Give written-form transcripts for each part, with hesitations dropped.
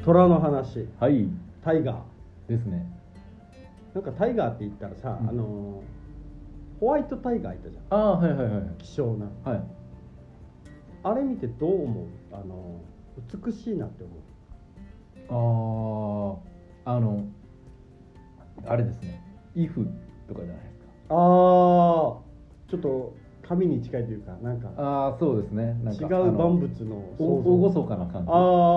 虎の話。 はい。 タイガーですね。 なんかタイガーって言ったらさ、ホワイトタイガーいたじゃん。 ああ、はいはいはい。 希少な。 はい。 あれ見てどう思う？美しいなって思う。 あれですね。イフとかじゃないですか。 ちょっと神に近いというか、なんかそうですね。なんか違う万物の厳かな感じ。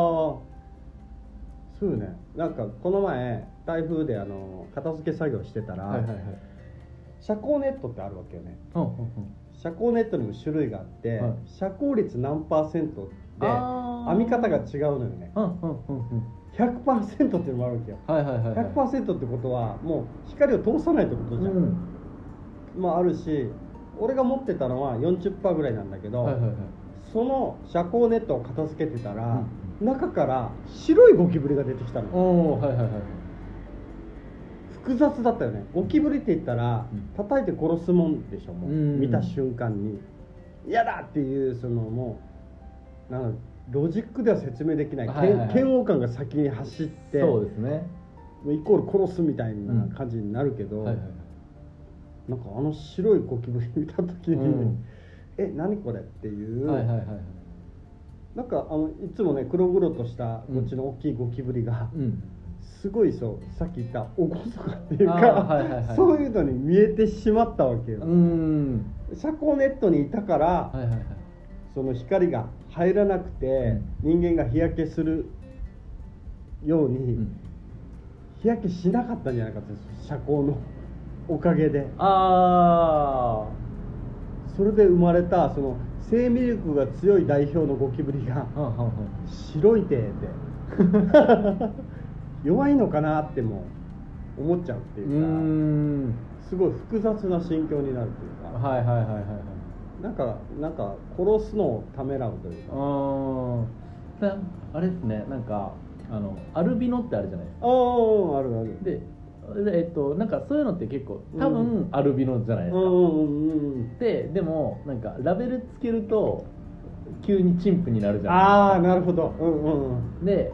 そうよね。なんかこの前台風で片付け作業してたら、 はいはいはい。 遮光ネットってあるわけよね。 うんうんうん。 遮光ネットにも種類があって、 はい、 遮光率何%で編み方が違うのよね。100% っていうのもあるわけよ。 はいはいはいはい、 100% ってことはもう光を通さないってことじゃん、まああるし、俺が持ってたのは 40% ぐらいなんだけど、その遮光ネットを片付けてたら、中から白いゴキブリが出てきたの。複雑だったよね。ゴキブリって言ったら叩いて殺すもんでしょ。もう見た瞬間に嫌だっていう、そのもうなんかロジックでは説明できない、嫌悪感が先に走って、 そうですね、 イコール殺すみたいな感じになるけど、なんか白いゴキブリ見た時に、何これっていう、なんかいつもね黒々としたこっちの大きいゴキブリが、すごいさっき言った厳かっていうか、そういうのに見えてしまったわけよ。遮光ネットにいたから、その光が入らなくて、人間が日焼けするように、日焼けしなかったんじゃないかって、遮光のおかげで。それで生まれたその生命力が強い代表のゴキブリが白い手で弱いのかなっても思っちゃうっていうか、すごい複雑な心境になるというか、なんか殺すのをためらうというか、 あれですね、なんかアルビノってあるじゃないですか。 あるある。 でなんかそういうのって結構多分アルビノじゃないですか。でもなんかラベルつけると急に陳腐になるじゃないですか。 なるほど。 で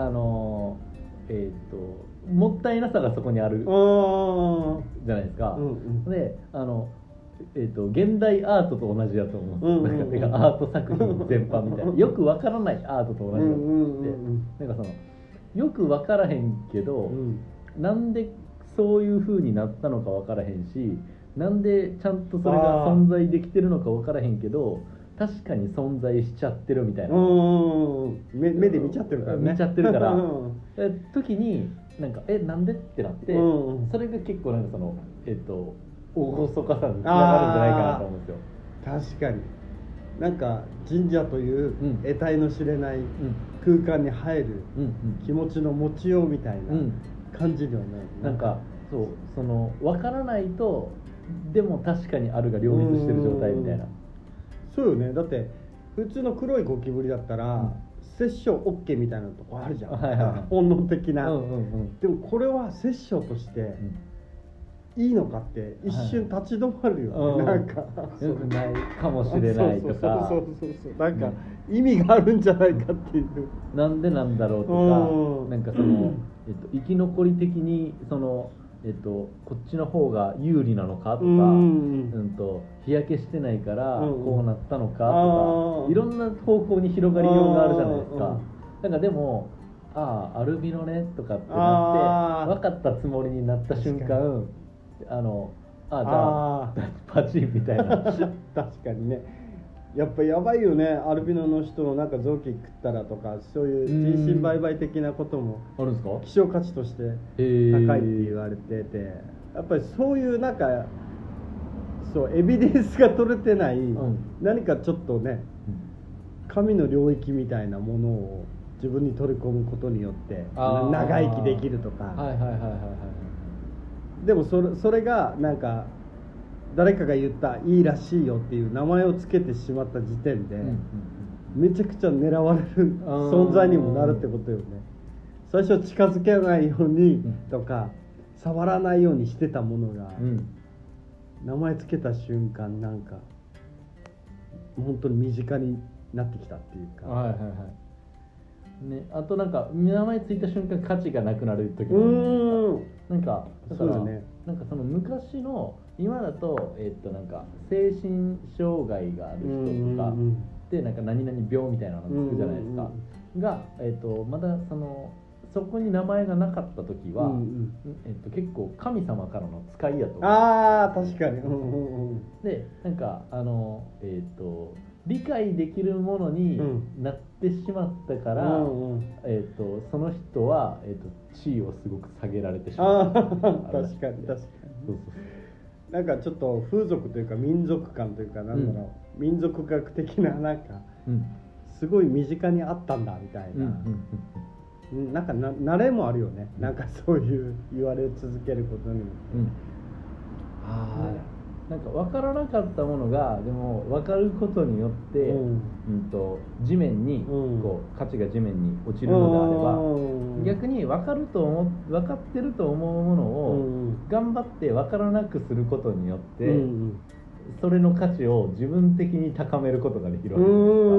もったいなさがそこにあるじゃないですか。で現代アートと同じだと思うんですよ。アート作品全般みたいな、よくわからないアートと同じだと思って、なんかそのよくわからへんけど、なんでそういう風になったのか分からへんし、なんでちゃんとそれが存在できてるのか分からへんけど、確かに存在しちゃってるみたいな、 目で見ちゃってるからね。 見ちゃってるから時になんかなんでってなって、それが結構なんかその厳かさにつながるんじゃないかなと思うんですよ。 確かに。なんか神社という得体の知れない空間に入る気持ちの持ちようみたいな感じにはなる。 なんかその分からないと、でも確かにあるが両立してる状態みたいな。 そうよね。だって普通の黒いゴキブリだったら、殺生 OK みたいなとこあるじゃん、本能的な。でもこれは殺生としていいのかって一瞬立ち止まるよね。なんかよくないかもしれないとか、 なんか意味があるんじゃないかっていう、 なんでなんだろうとか、なんかその生き残り的にそのこっちの方が有利なのかとか、日焼けしてないからこうなったのかとか、いろんな方向に広がりようがあるじゃないですか。なんかでもアルビノねとかってなって分かったつもりになった瞬間、じゃあパチンみたいな確かにね。やっぱやばいよね、アルビノの人のなんか臓器食ったらとか、そういう人身売買的なこともあるんですか。 希少価値として高いって言われてて、やっぱりそういうなんかエビデンスが取れてない、何かちょっとね、神の領域みたいなものを自分に取り込むことによって長生きできるとか。でもそれがなんか誰かが言ったいいらしいよっていう名前をつけてしまった時点で、めちゃくちゃ狙われる存在にもなるってことよね。最初近づけないようにとか、触らないようにしてたものが、名前つけた瞬間なんか本当に身近になってきたっていうか。 ね、あとなんか名前ついた瞬間価値がなくなる時もなんかだから、ね、なんかその昔の今だとなんか精神障害がある人とかでなんか何々病みたいなのがつくじゃないですか、がまだそこに名前がなかった時は、結構神様からの使いやと思う。 ああ確かに。 でなんか理解できるものになってしまったから、その人は、地位をすごく下げられてしまった。 確かに確かに。そうなんかちょっと風俗というか民族感というかなんだろう、民族学的ななんか、すごい身近にあったんだみたいな。なんか慣れもあるよね、なんかそういう言われ続けることにも、 なんか分からなかったものがでも分かることによって、地面にこう価値が地面に落ちるのであれば、逆に分かってると思うものを頑張って分からなくすることによって、それの価値を自分的に高めることができるわけ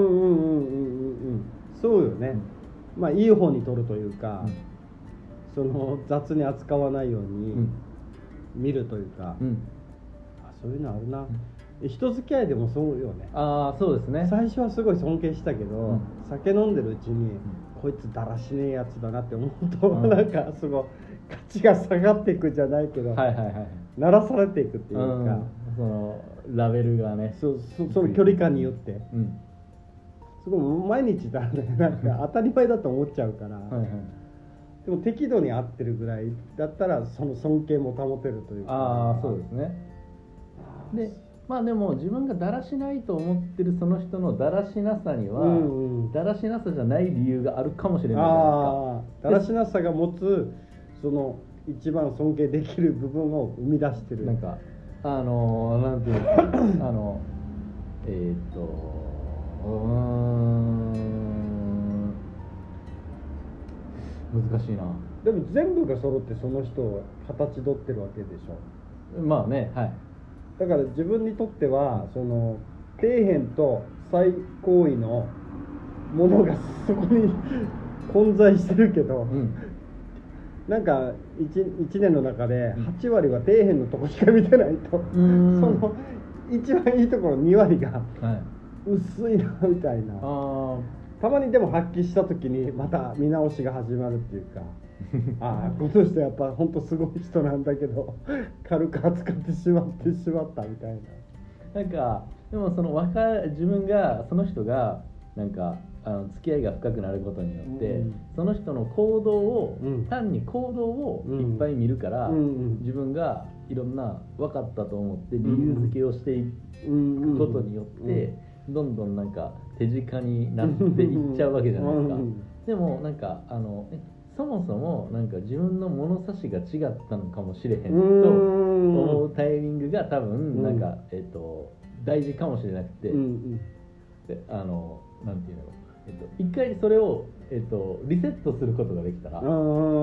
ですか。 そうよね、まあいい方に取るというか、その雑に扱わないように見るというか、そういうのあるな、人付き合いでもそうよね。 そうですね。 最初はすごい尊敬したけど、酒飲んでるうちに、こいつだらしねえやつだなって思うと、なんかすごい価値が下がっていくじゃないけど、鳴らされていくっていうか、 そのラベルがね、 その距離感によって、すごい毎日だね、なんか当たり前だと思っちゃうから、でも適度に合ってるぐらいだったらその尊敬も保てるというか。 そうですね。でまあでも自分がだらしないと思ってるその人のだらしなさには、だらしなさじゃない理由があるかもしれないじゃないですか。 だらしなさが持つその一番尊敬できる部分を生み出してる。 なんかなんていうんですか難しいな。 でも全部が揃ってその人を形取ってるわけでしょ。 まあね、はい。 だから自分にとってはその底辺と最高位のものがそこに混在してるけど、なんか 1年の中で8割は底辺のとこしか見てないと、その一番いいところ2割が薄いなみたいな、たまにでも発揮した時にまた見直しが始まるっていうかこの人やっぱ本当すごい人なんだけど軽く扱ってしまったみたいな。なんかでもその自分がその人がなんか付き合いが深くなることによって、その人の行動を、単に行動をいっぱい見るから、自分がいろんな分かったと思って理由付けをしていくことによって、どんどんなんか手近になっていっちゃうわけじゃないですか。でもなんかそもそもなんか自分の物差しが違ったのかもしれへんと思うタイミングが多分なんか、大事かもしれなくて、でなんていうの、一回それを、リセットすることができたら、 立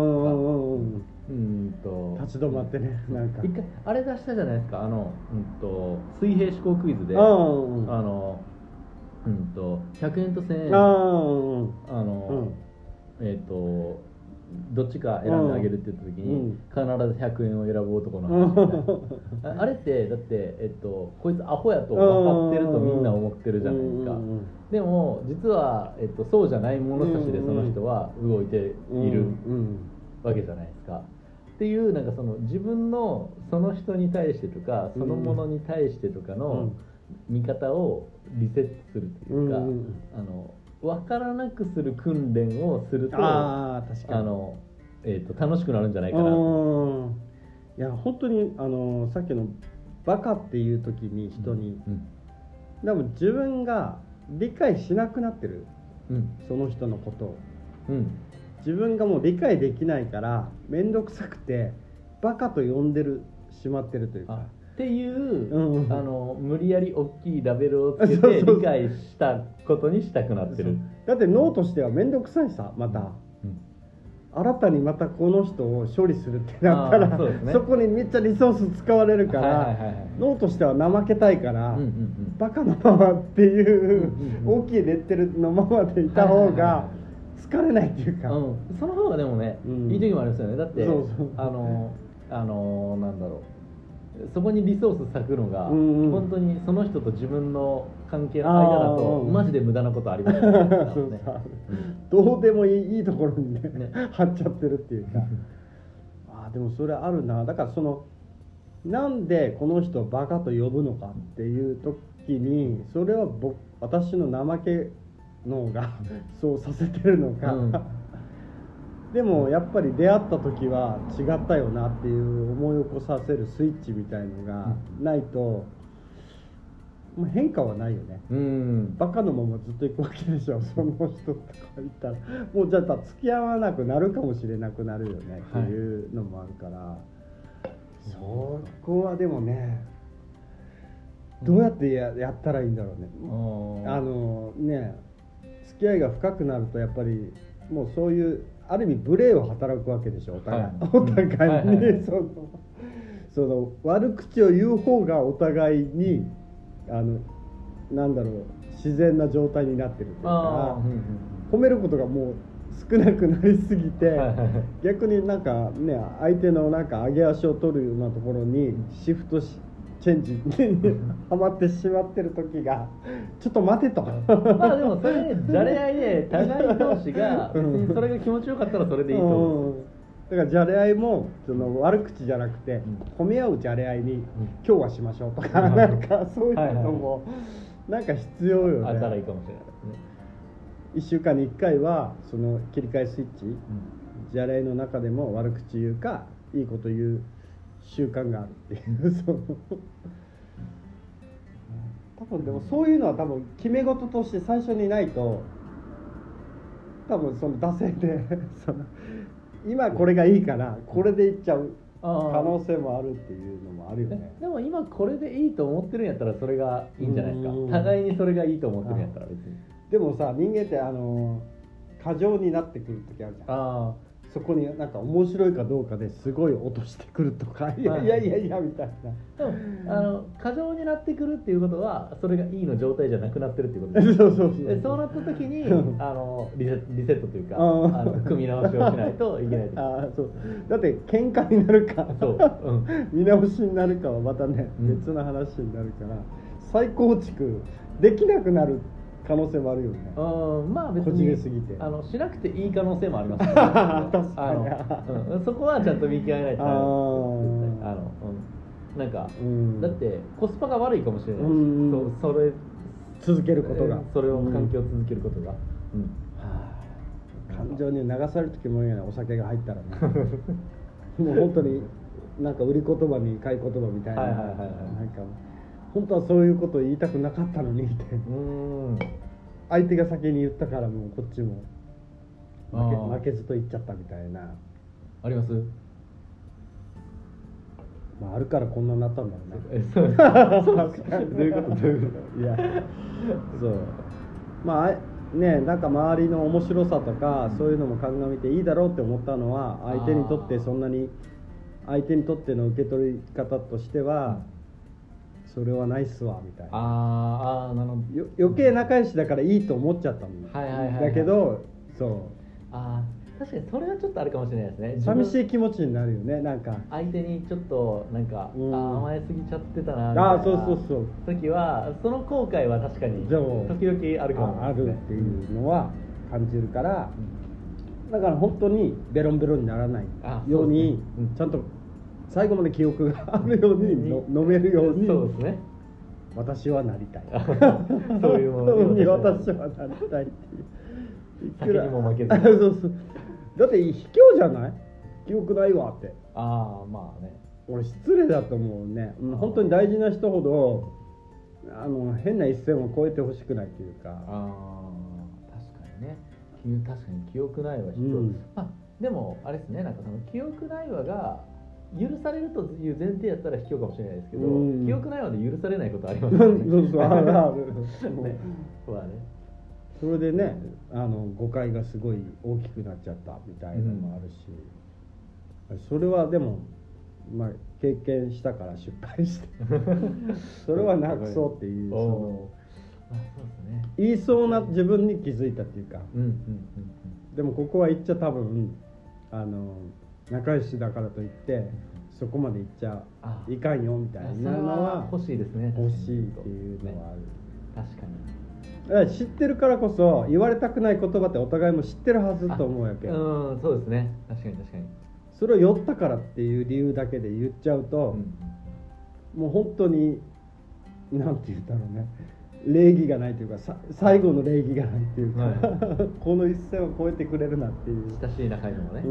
ち止まってね、なんか一回あれ出したじゃないですか、水平思考クイズで、100円と1000円、どっちか選んであげるって言った時に、必ず100円を選ぶ男の話あれってだって、こいつアホやと分かってるとみんな思ってるじゃないですか。でも実は、そうじゃない物差しでその人は動いているわけじゃないですか。っていうなんかその自分のその人に対してとかそのものに対してとかの見方をリセットするというか、分からなくする訓練をすると楽しくなるんじゃないかな。 いや本当にさっきのバカっていう時に人に、でも自分が理解しなくなってる、その人のことを、自分がもう理解できないから面倒くさくてバカと呼んでしまってるというか。 っていう、無理やり大きいラベルをつけて理解したことにしたくなってる。 だって脳としては面倒くさいさ、また、新たにまたこの人を処理するってなったら そこにめっちゃリソース使われるから、脳としては怠けたいから、バカのままっていう大きいレッテルのままでいた方が疲れないっていうか、 その方がでもね、いい時もありますよね。だってそうそう、 なんだろう、そこにリソース割くのが、本当にその人と自分の関係の間だとマジで無駄なことありますよね。 どうでもいいところにね貼っちゃってるっていうかでもそれあるな。だからそのなんでこの人をバカと呼ぶのかっていう時に、それは私の怠け脳がそうさせてるのか、でもやっぱり出会った時は違ったよなっていう思い起こさせるスイッチみたいのがないと、変化はないよね。バカのままずっと行くわけでしょ、その人とかいたら。もうじゃあ付き合わなくなるかもしれなくなるよねっていうのもあるから、そこはでもね、どうやってやったらいいんだろうね。付き合いが深くなるとやっぱりもうそういうある意味無礼を働くわけでしょ、お互いに。その悪口を言う方がお互いになんだろう、自然な状態になってるっていうか、褒めることがもう少なくなりすぎて、逆になんかね、相手のなんか上げ足を取るようなところにシフトチェンジにはまってしまってる時が、ちょっと待てと。 まあでもそれじゃれ合いで互い同士がそれが気持ちよかったらそれでいいと思う。 だからじゃれ合いもその悪口じゃなくて、褒め合うじゃれ合いに今日はしましょうとか、なんかそういうのもなんか必要よね。 あったらいいかもしれないですね。 1週間に1回はその切り替えスイッチ、じゃれ合いの中でも悪口言うかいいこと言う習慣があるっていう多分でもそういうのは多分決め事として最初にないと、多分その惰性で今これがいいからこれでいっちゃう可能性もあるっていうのもあるよね。 でも今これでいいと思ってるんやったらそれがいいんじゃないですか。互いにそれがいいと思ってるんやったら別に。 でもさ、人間って過剰になってくる時あるじゃん。そこになんか面白いかどうかですごい落としてくるとか、いやみたいな。 でも過剰になってくるっていうことはそれがいいの状態じゃなくなってるっていうことです。そうなった時にリセットというか組み直しをしないといけない。 そうだって喧嘩になるか見直しになるかはまたね、別の話になるから、再構築できなくなる可能性もあるよね。 まあ別にこじれすぎてしなくていい可能性もありますからね。そこはちゃんと見極めないとなんか、だってコスパが悪いかもしれないし、それ続けることが、 それを環境を続けることが、 感情に流される時もあるよね、お酒が入ったらね。もう本当になんか売り言葉に買い言葉みたいな、なんか本当はそういうことを言いたくなかったのにって相手が先に言ったから、もうこっちも負けずと言っちゃったみたいな。 あります？ あるからこんなになったんだろうね。 どういうこといや、そうまあね、なんか周りの面白さとかそういうのも鑑みていいだろうって思ったのは、相手にとってそんなに相手にとっての受け取り方としては、それはないっすわみたいな。 なるほど。 余計仲良しだからいいと思っちゃったんだけど、 確かにそれはちょっとあるかもしれないですね。 寂しい気持ちになるよね。なんか相手にちょっとなんか甘えすぎちゃってたなみたいな時は、その後悔は確かに時々あるかも、 あるっていうのは感じるから、だから本当にベロンベロンにならないように、ちゃんと最後まで記憶があるように飲めるように、 そうですね、 私はなりたいそういうものに私はなりたいっていう、 先にも負けずだって卑怯じゃない？記憶ないわって。 まあね、 俺失礼だと思うね。本当に大事な人ほど変な一線を越えてほしくないっていうか。 確かにね、確かに記憶ないわ人、でもあれですね、なんかその記憶ないわが許されるという前提やったら卑怯かもしれないですけど、記憶ないわで許されないことありますよね。 あるね。 それでね、誤解がすごい大きくなっちゃったみたいなのもあるし、それはでも経験したから失敗してそれはなくそうっていう、言いそうな自分に気づいたっていうか、 でもここは言っちゃ多分仲良しだからといってそこまで言っちゃいかんよみたいなのは欲しいですね。 欲しいっていうのはある。 確かに。 だから知ってるからこそ言われたくない言葉ってお互いも知ってるはずと思うわけ。 そうですね。確かに確かに。 それを酔ったからっていう理由だけで言っちゃうと、もう本当になんて言ったろうね、礼儀がないというか最後の礼儀がないっていうか、この一線を越えてくれるなっていう親しい仲いいのもね、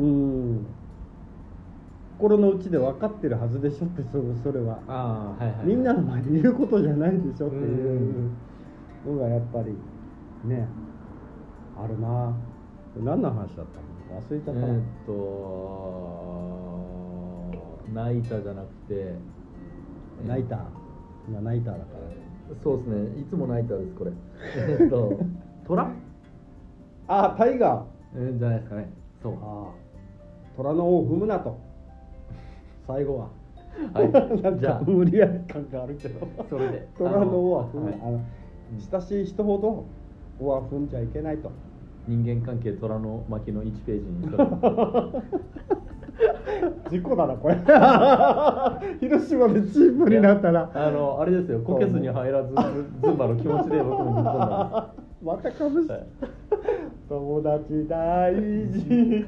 心の内で分かってるはずでしょって、それは、みんなの前で言うことじゃないでしょっていうのがやっぱりねあるな。何の話だったの忘れちゃったな。 ナイターじゃなくてナイター、今ナイターだから。 そうですね、いつもナイターですこれ。トラ？ タイガー、じゃないですかね。そう。 虎の尾を踏むなと。最後は。 はい。 なんか無理やり感があるけど。 それで。 虎の尾は踏む。親しい人ほど尾は踏んじゃいけないと。 人間関係虎の巻の1ページに。 事故だなこれ。広島でチープになったらあれですよ、こけずに入らずズンバの気持ちで僕もずっとなまたかぶして、友達大事。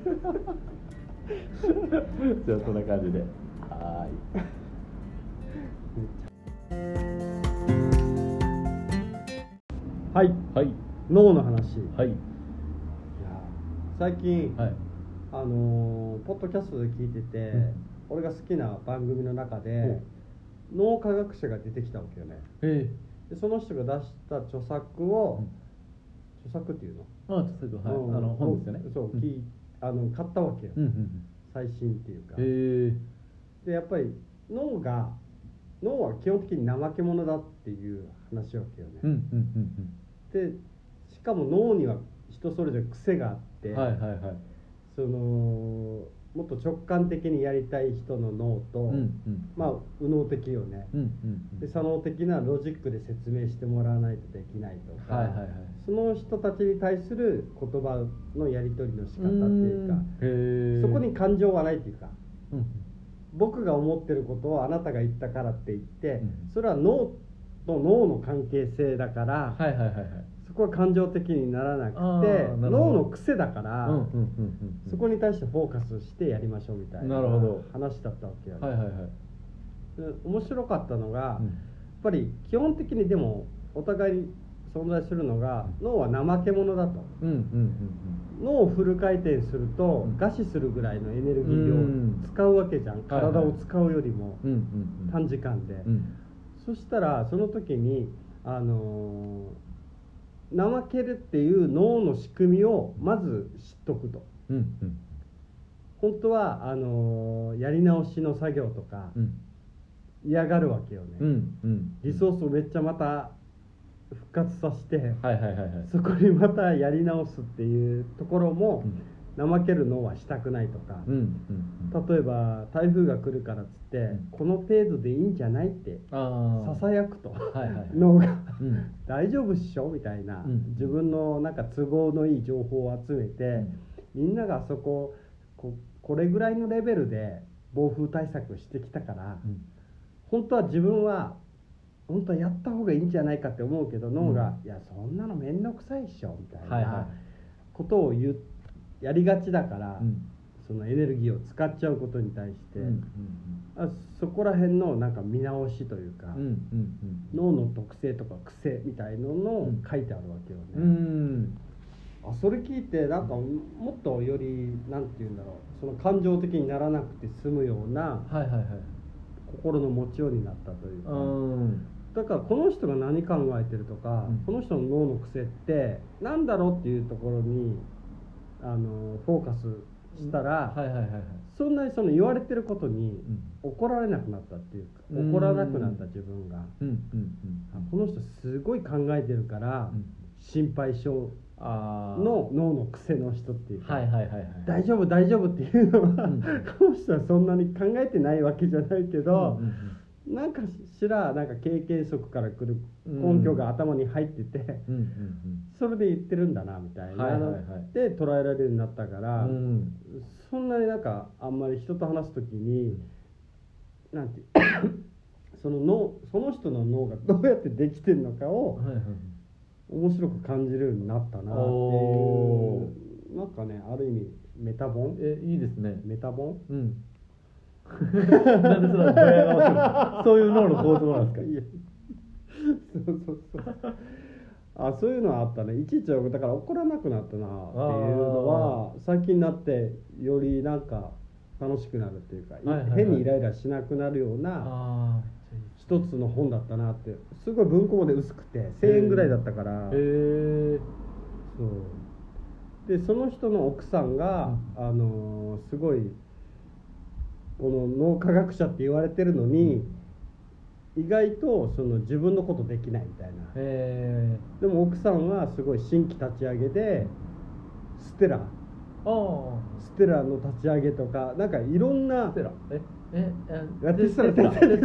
じゃあそんな感じで、 はい、脳の話。いや最近、ポッドキャストで聞いてて、俺が好きな番組の中で脳科学者が出てきたわけよね。でその人が出した著作っていうの？ 著作、本ですよね。 そう、買ったわけよ。最新っていうか。でやっぱり脳は基本的に怠け者だっていう話わけよね。でしかも脳には人それぞれ癖があって、もっと直感的にやりたい人の脳と、右脳的よね。で左脳的なロジックで説明してもらわないとできないとか、その人たちに対する言葉のやり取りの仕方っていうか、そこに感情はないっていうか、僕が思ってることをあなたが言ったからって言って、それは脳と脳の関係性だから、そこは感情的にならなくて、脳の癖だから、そこに対してフォーカスしてやりましょうみたいな話だったわけよね。面白かったのが、やっぱり基本的にでもお互いに存在するのが、脳は怠け者だと。脳をフル回転すると餓死するぐらいのエネルギーを使うわけじゃん、体を使うよりも短時間で。そしたらその時に怠けるっていう脳の仕組みをまず知っとくと。本当はやり直しの作業とか嫌がるわけよね。リソースをめっちゃまた復活させて、そこにまたやり直すっていうところも怠ける脳はしたくないとか、例えば台風が来るからっつって、この程度でいいんじゃないってささやくと、脳が大丈夫っしょみたいな、自分のなんか都合のいい情報を集めて、みんながそここれぐらいのレベルで暴風対策してきたから、本当は自分は本当はやった方がいいんじゃないかって思うけど、脳がいやそんなの面倒くさいっしょみたいなことをやりがちだから、そのエネルギーを使っちゃうことに対して、そこら辺のなんか見直しというか、脳の特性とか癖みたいのの書いてあるわけよね。それ聞いてなんかもっとよりなんていうんだろう、その感情的にならなくて済むような心の持ちようになったというか。だからこの人が何考えてるとか、この人の脳の癖ってなんだろうっていうところにフォーカスしたら、そんなにその言われてることに怒られなくなったっていうか、怒らなくなった自分が、この人すごい考えてるから心配性の脳の癖の人っていうか、大丈夫大丈夫っていうのは、この人はそんなに考えてないわけじゃないけど、 なんかしらなんか経験則から来る根拠が頭に入ってて、それで言ってるんだなみたいなので捉えられるようになったから、そんなになんかあんまり人と話すときになんてその人の脳がどうやってできてるのかを面白く感じるようになったなっていう、なんかね、ある意味メタボン、 いいですね、 メタボン、 なんでそれはドヤ顔するそういう脳の構造なんですか。いやそういうのはあったね。いちいちだから怒らなくなったなっていうのは最近になってよりなんか楽しくなるっていうか、変にイライラしなくなるような一つの本だったなって。すごい文庫本で薄くて1000円ぐらいだったから。そうで、その人の奥さんが、すごいこの脳科学者って言われてるのに、意外とその自分のことできないみたいな。でも奥さんはすごい新規立ち上げでステラの立ち上げとか、なんかいろんなテスラ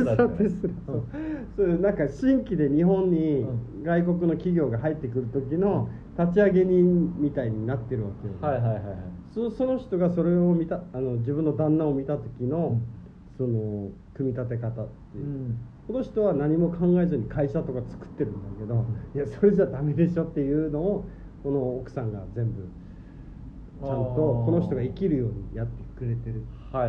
そういうなんか新規で日本に外国の企業が入ってくる時の立ち上げ人みたいになってるわけよ。その人がそれを見た、自分の旦那を見た時のその組み立て方っていう、この人は何も考えずに会社とか作ってるんだけど、いやそれじゃダメでしょっていうのをこの奥さんが全部ちゃんとこの人が生きるようにやってくれてるから、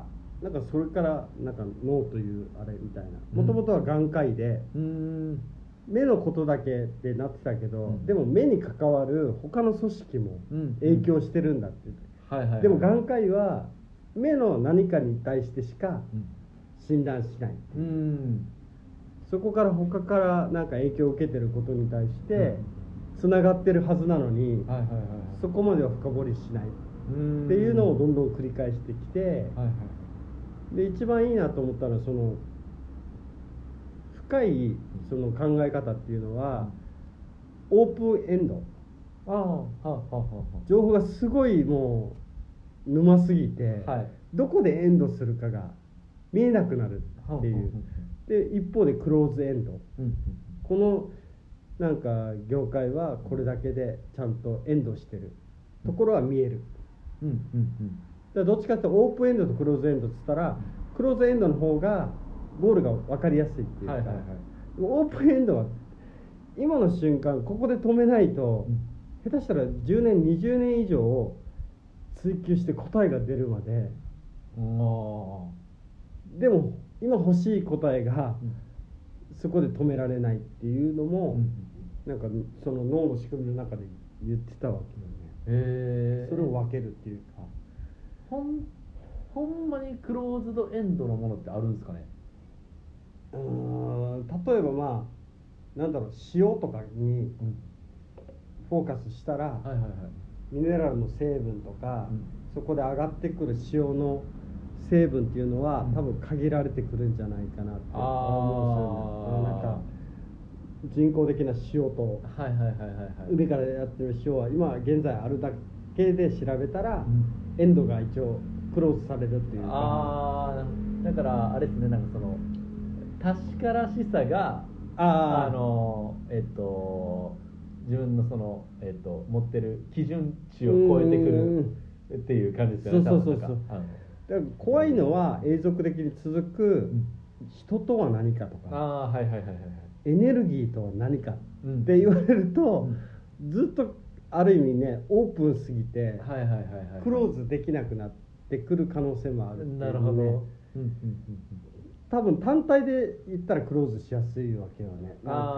なんかそれからなんか脳というあれみたいな、もともとは眼科医で目のことだけってなってたけど、でも目に関わる他の組織も影響してるんだって。でも眼科医は目の何かに対してしか診断しない。そこから他からなんか影響を受けてることに対してつながってるはずなのに、そこまでは深掘りしないっていうのをどんどん繰り返してきて、で一番いいなと思ったのはその深いその考え方っていうのはオープンエンド、情報がすごいもう沼すぎて、どこでエンドするかが見えなくなるっていう。で一方でクローズエンド、このなんか業界はこれだけでちゃんとエンドしてるところは見える。だどっちかっていうとオープンエンドとクローズエンドっつったら、クローズエンドの方がゴールが分かりやすいっていうか、オープンエンドは今の瞬間ここで止めないと、下手したら10年20年以上追求して答えが出るまで、でも今欲しい答えがそこで止められないっていうのも、なんかその脳の仕組みの中で言ってたわけよね。それを分けるっていうか、 ほんまにクローズドエンドのものってあるんですかね。 例えばまあなんだろう、塩とかにフォーカスしたら、ミネラルの成分とか、そこで上がってくる塩の成分っていうのは多分限られてくるんじゃないかなって思うんですよね。なんか人工的な塩と海からやってる塩は今現在あるだけで調べたら、エンドが一応クローズされるっていうか、 だからあれですね、なんかその確からしさが自分のその持ってる基準値を超えてくるっていう感じですよね。 だから怖いのは永続的に続く人とは何かとか、エネルギーとは何かって言われると、ずっとある意味ねオープンすぎてクローズできなくなってくる可能性もあるっていうね。なるほど。多分単体で言ったらクローズしやすいわけよね。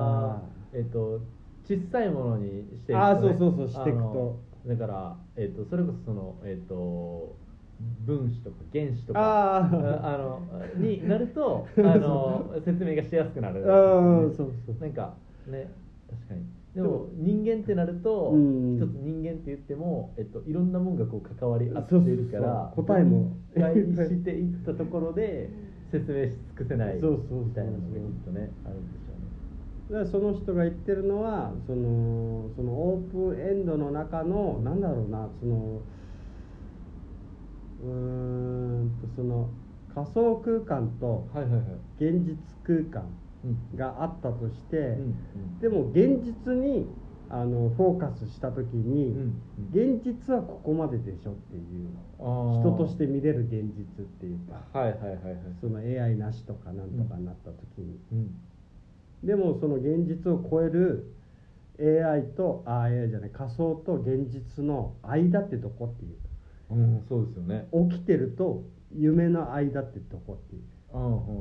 小さいものにしていくと、ね、そうしていくと、 だから、それこそその分子とか原子とかになると説明がしやすくなる、なんかね、確かに。でも人間ってなると、一つ人間って言っても、いろんなもんがこう関わり合っているから、 答えも概していったところで説明し尽くせないみたいなのがきっとねあるんでしょうね。 だからその人が言ってるのはそのオープンエンドの中のなんだろうな、その仮想空間と現実空間があったとして、でも現実にフォーカスした時に、現実はここまででしょっていう、人として見れる現実っていうか、その AI なしとかなんとかになった時に、でもその現実を超える AI とAI じゃない仮想と現実の間ってどこっていう、 そうですよね。 起きてると夢の間ってどこっていう、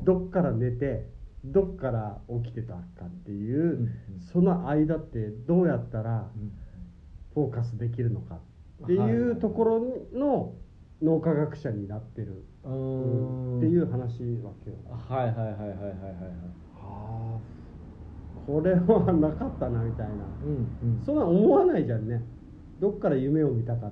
どっから寝てどっから起きてたかっていう、その間ってどうやったらフォーカスできるのかっていうところの脳科学者になってるっていう話わけよ。これはなかったなみたいな、そんな思わないじゃんね。どっから夢を見たかって。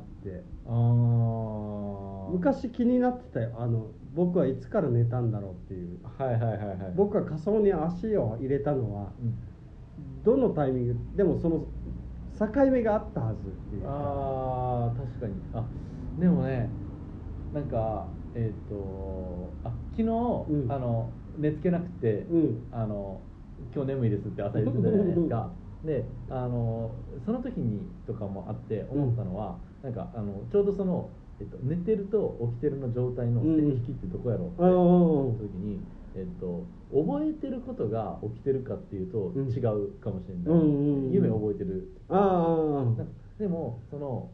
昔気になってたよ。僕はいつから寝たんだろうっていう。僕が仮想に足を入れたのは、どのタイミングでもその境目があったはずっていうか。 確かに。でもね、なんか昨日、寝つけなくて、今日眠いですって朝言ってたじゃないですか。でその時にとかもあって思ったのは、なんかちょうどその、寝てると起きてるの状態の線引きってどこやろうって思った時に、覚えてることが起きてるかっていうと違うかもしれない、夢を覚えてる。でもその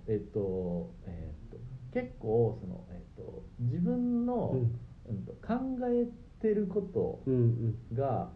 結構その自分の考えてることが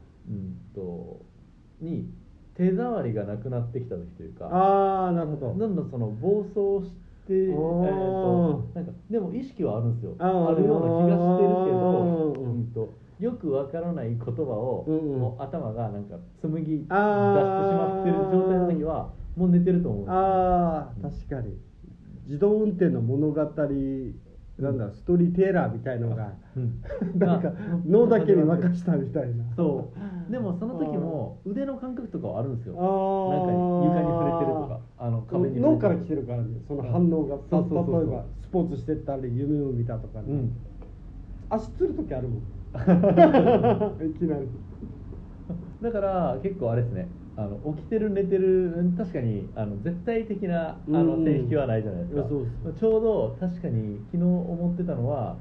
に手触りがなくなってきた時というか、 なるほど。 どんどんその暴走してなんかでも意識はあるんですよ。あるような気がしてるけど、よくわからない言葉を、もう頭がなんか紡ぎ出してしまってる状態の時はもう寝てると思うんですよ。 確かに自動運転の物語なんだ、ストーリーテーラーみたいのが、なんか脳だけに任したみたいな。 そうでもその時も腕の感覚とかはあるんですよ。なんか床に触れてるとか壁に脳から来てるからね、その反応が。例えばスポーツしてたり夢を見たとかね、足つる時あるもんいきなり。 だから結構あれですね、起きてる寝てる、確かに絶対的な線引きはないじゃないですか。ちょうど確かに昨日思ってたのは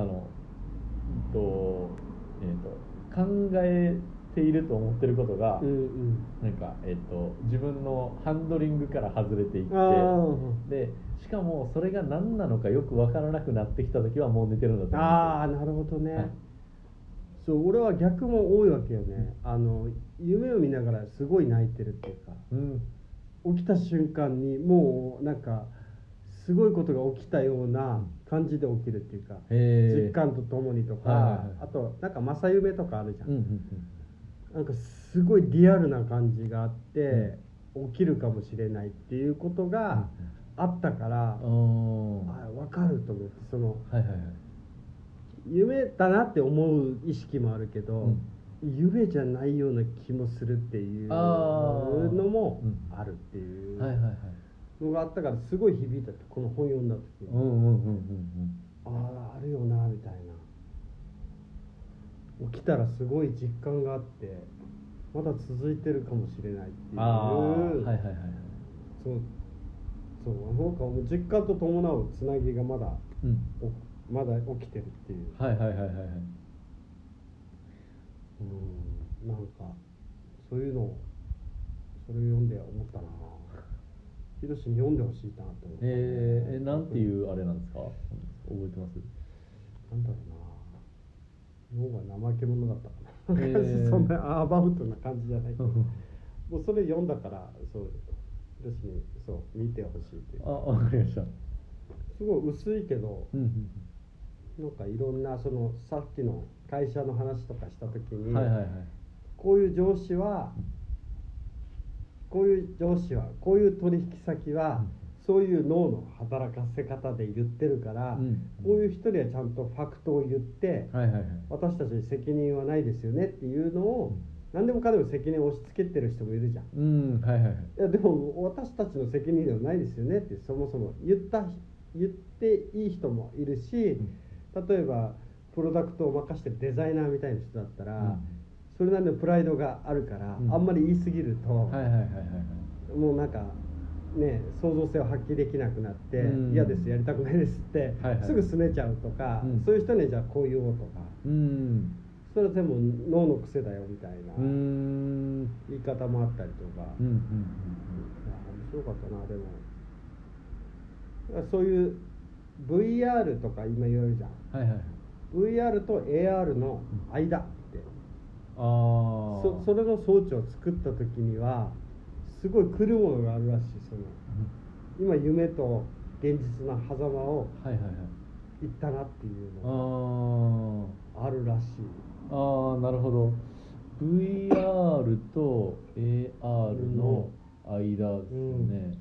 考えていると思ってることが、なんか自分のハンドリングから外れていって、でしかもそれが何なのかよく分からなくなってきた時はもう寝てるんだと思うんですよ。 なるほどね。そう、俺は逆も多いわけよね。夢を見ながらすごい泣いてるっていうか、起きた瞬間にもうなんかすごいことが起きたような感じで起きるっていうか、実感とともにとか、あとなんか正夢とかあるじゃん。なんかすごいリアルな感じがあって、起きるかもしれないっていうことがあったから、分かると思って、その夢だなって思う意識もあるけど、夢じゃないような気もするっていうのもあるっていうのがあったから、すごい響いたって、この本読んだ時に、あるよなみたいな。起きたらすごい実感があって、まだ続いてるかもしれないっていう、そうなんかもう実感と伴うつなぎがまだ起きてるっていう。なんかそういうのをそれを読んで思ったな。ヒロシに読んでほしいなと思って。 なんていうあれなんですか？覚えてます？ なんだろうな。脳が怠け者だったかな。そんなアバウトな感じじゃないけど、もうそれ読んだから、そうヒロシに見てほしいっていう。 わかりました。 すごい薄いけど。なんかいろんなそのさっきの会社の話とかした時に、こういう上司はこういう取引先はそういう脳の働かせ方で言ってるから、こういう人にはちゃんとファクトを言って、私たちに責任はないですよねっていうのを、何でもかんでも責任を押し付けてる人もいるじゃん。いやでも私たちの責任ではないですよねって、そもそも言っていい人もいるし、例えばプロダクトを任してるデザイナーみたいな人だったら、それなりのプライドがあるから、あんまり言い過ぎると、もうなんかね創造性を発揮できなくなって嫌ですやりたくないですってすぐ拗ねちゃうとか、そういう人にじゃあこう言おうとか、それは全部脳の癖だよみたいな言い方もあったりとか、面白かったな。でもそういう VR とか今言われるじゃん、VR と AR の間って、それの装置を作った時にはすごい来るものがあるらしい。その今夢と現実の狭間を行ったなっていうのがあるらしい。 なるほど。 VR と AR の間ですね。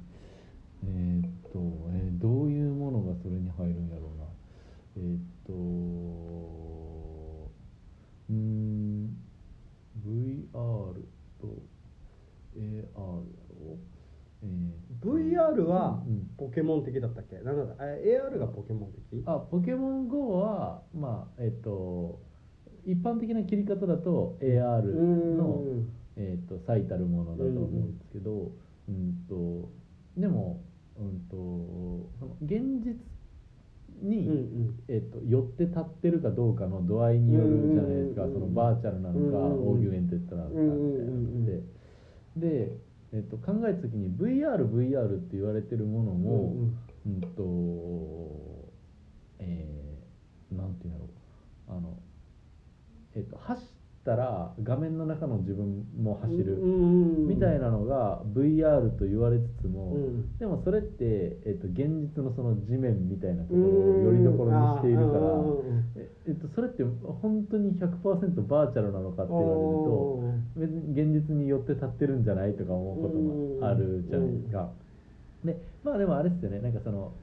どういうものがそれに入るんやろうな。VR と AR やろう。 VR はポケモン的だったっけ？なんだAR がポケモン的？ ポケモン GO は一般的な切り方だと AR の最たるものだと思うんですけど、でもその現実に、寄って立ってるかどうかの度合いによるじゃないですか。そのバーチャルなのかオーギュメンテッドなのかみたいなので、考えた時に VR って言われてるものも、なんていうんだろう、走ったら画面の中の自分も走るみたいなのが VR と言われつつも、でもそれって、現実のその地面みたいなところをよりどころにしているから、それって本当に 100% バーチャルなのかって言われると別に現実によって立ってるんじゃないとか思うこともあるじゃないですか。ででもあれですよね、なんかその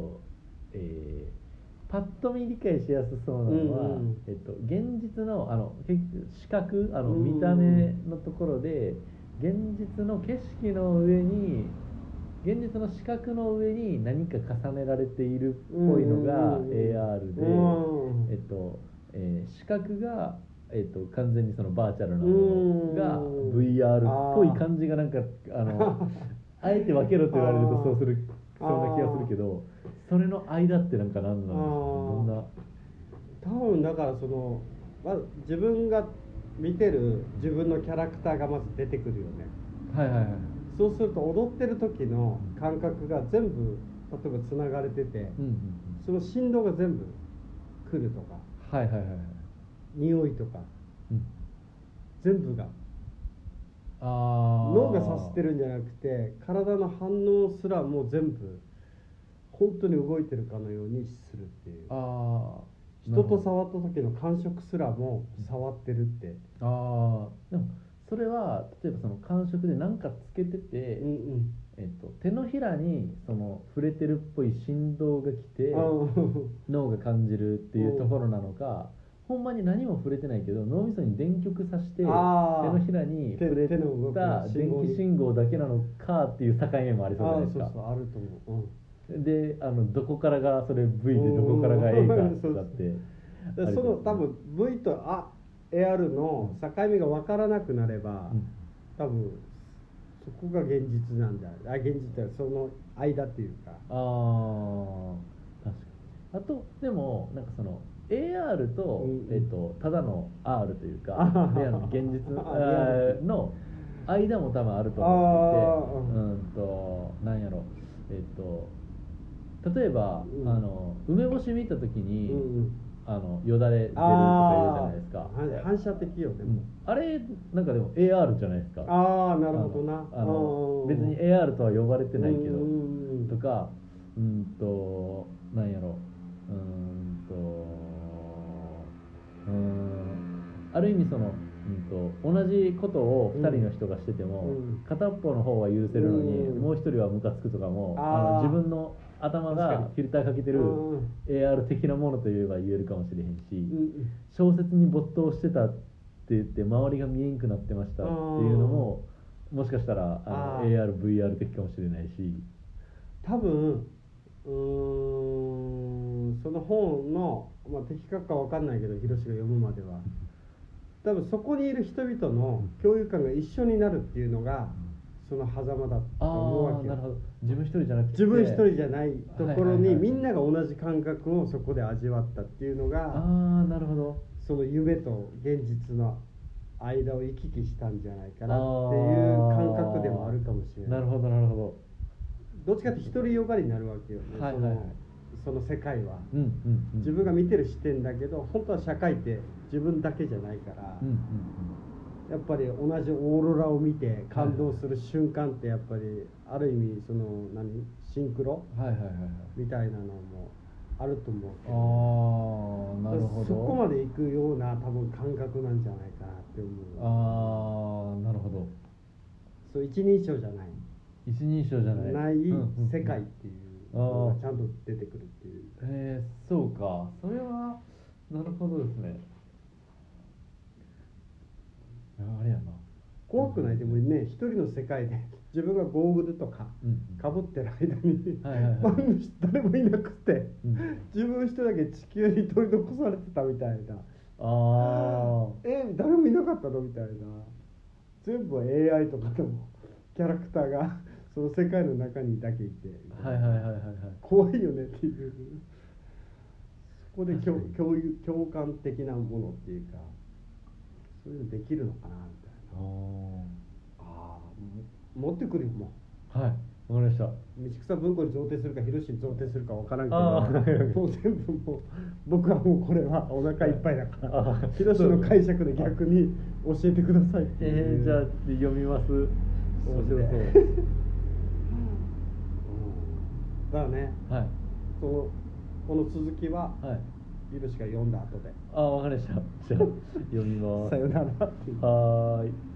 パッと見理解しやすそうなのは、現実の視覚見た目のところで現実の景色の上に現実の視覚の上に何か重ねられているっぽいのが AR で、視覚が、完全にそのバーチャルなものが VR っぽい感じがなんかあえて分けろと言われるとそうな気がするけど、それの間ってなんか何なんですか？どんな？ 多分だからその、自分が見てる自分のキャラクターがまず出てくるよね。そうすると踊ってる時の感覚が全部例えばつながれてて、その振動が全部来るとか、匂いとか、全部が脳が察してるんじゃなくて体の反応すらもう全部本当に動いてるかのようにするっていう。人と触った時の感触すらも触ってるって。 でもそれは例えばその感触で何かつけてて、手のひらにその触れてるっぽい振動が来て脳が感じるっていうところなのか、ほんまに何も触れてないけど脳みそに電極さして手のひらに触れた電気信号だけなのかっていう境目もありそうじゃないですか。 あると思う。 でどこからがそれ V でどこからが A かとかってその多分 V とAR の境目が分からなくなれば、多分そこが現実なんだ。現実ってその間っていうか。 確かに。あとでもなんかその AR と、ただの R というか現実の間も多分あると思っていて、なんやろ例えば、梅干し見た時に、よだれ出るとか言うじゃないですか。 反射的よね。 あれなんかでも AR じゃないですか。 なるほどな。 別に AR とは呼ばれてないけどとか、なんやろある意味その、同じことを2人の人がしてても、片方の方は許せるのに、もう1人はムカつくとかも自分の頭がフィルターかけてる AR 的なものといえば言えるかもしれへんし、小説に没頭してたって言って周りが見えんくなってましたっていうのももしかしたらAR、VR 的かもしれないし、 多分そその本の、まあ、的確か分かんないけどヒロシが読むまでは多分そこにいる人々の共有感が一緒になるっていうのがその狭間だと思うわけよ。 なるほど。自分一人じゃなくて自分一人じゃないところにみんなが同じ感覚をそこで味わったっていうのが、 なるほど。 その夢と現実の間を行き来したんじゃないかなっていう感覚でもあるかもしれない。 なるほどなるほど。 どっちかって独りよがりになるわけよね、その世界は、自分が見てる視点だけど本当は社会って自分だけじゃないから、やっぱり同じオーロラを見て感動する瞬間ってやっぱりある意味そのシンクロみたいなのもあると思うけど、 なるほど。 そこまで行くような多分感覚なんじゃないかなって思う。 なるほど。 そう一人称じゃない一人称じゃない世界っていうのがちゃんと出てくるっていう。 そうか。それはなるほどですね。あれやな。 怖くない？でもね、一人の世界で自分がゴーグルとかかぶってる間に周りの人誰もいなくて、自分一人だけ地球に取り残されてたみたいな。誰もいなかったのみたいな。全部 AI とかのキャラクターがその世界の中にだけいて、怖いよねっていう。そこで共感的なものっていうか、そういうのできるのかなみたいな。持ってくるよもう。はい、わかりました。 道草文庫に贈呈するかヒロシに贈呈するかわからんけど、もう全部もう僕はもうこれはお腹いっぱいだからヒロシの解釈で逆に教えてくださいって。 じゃあ読みます。面白そう。 だからね、この続きは、ヒロシが読んだ後で。 わかりました。じゃあ読みます。 さよなら。 はい。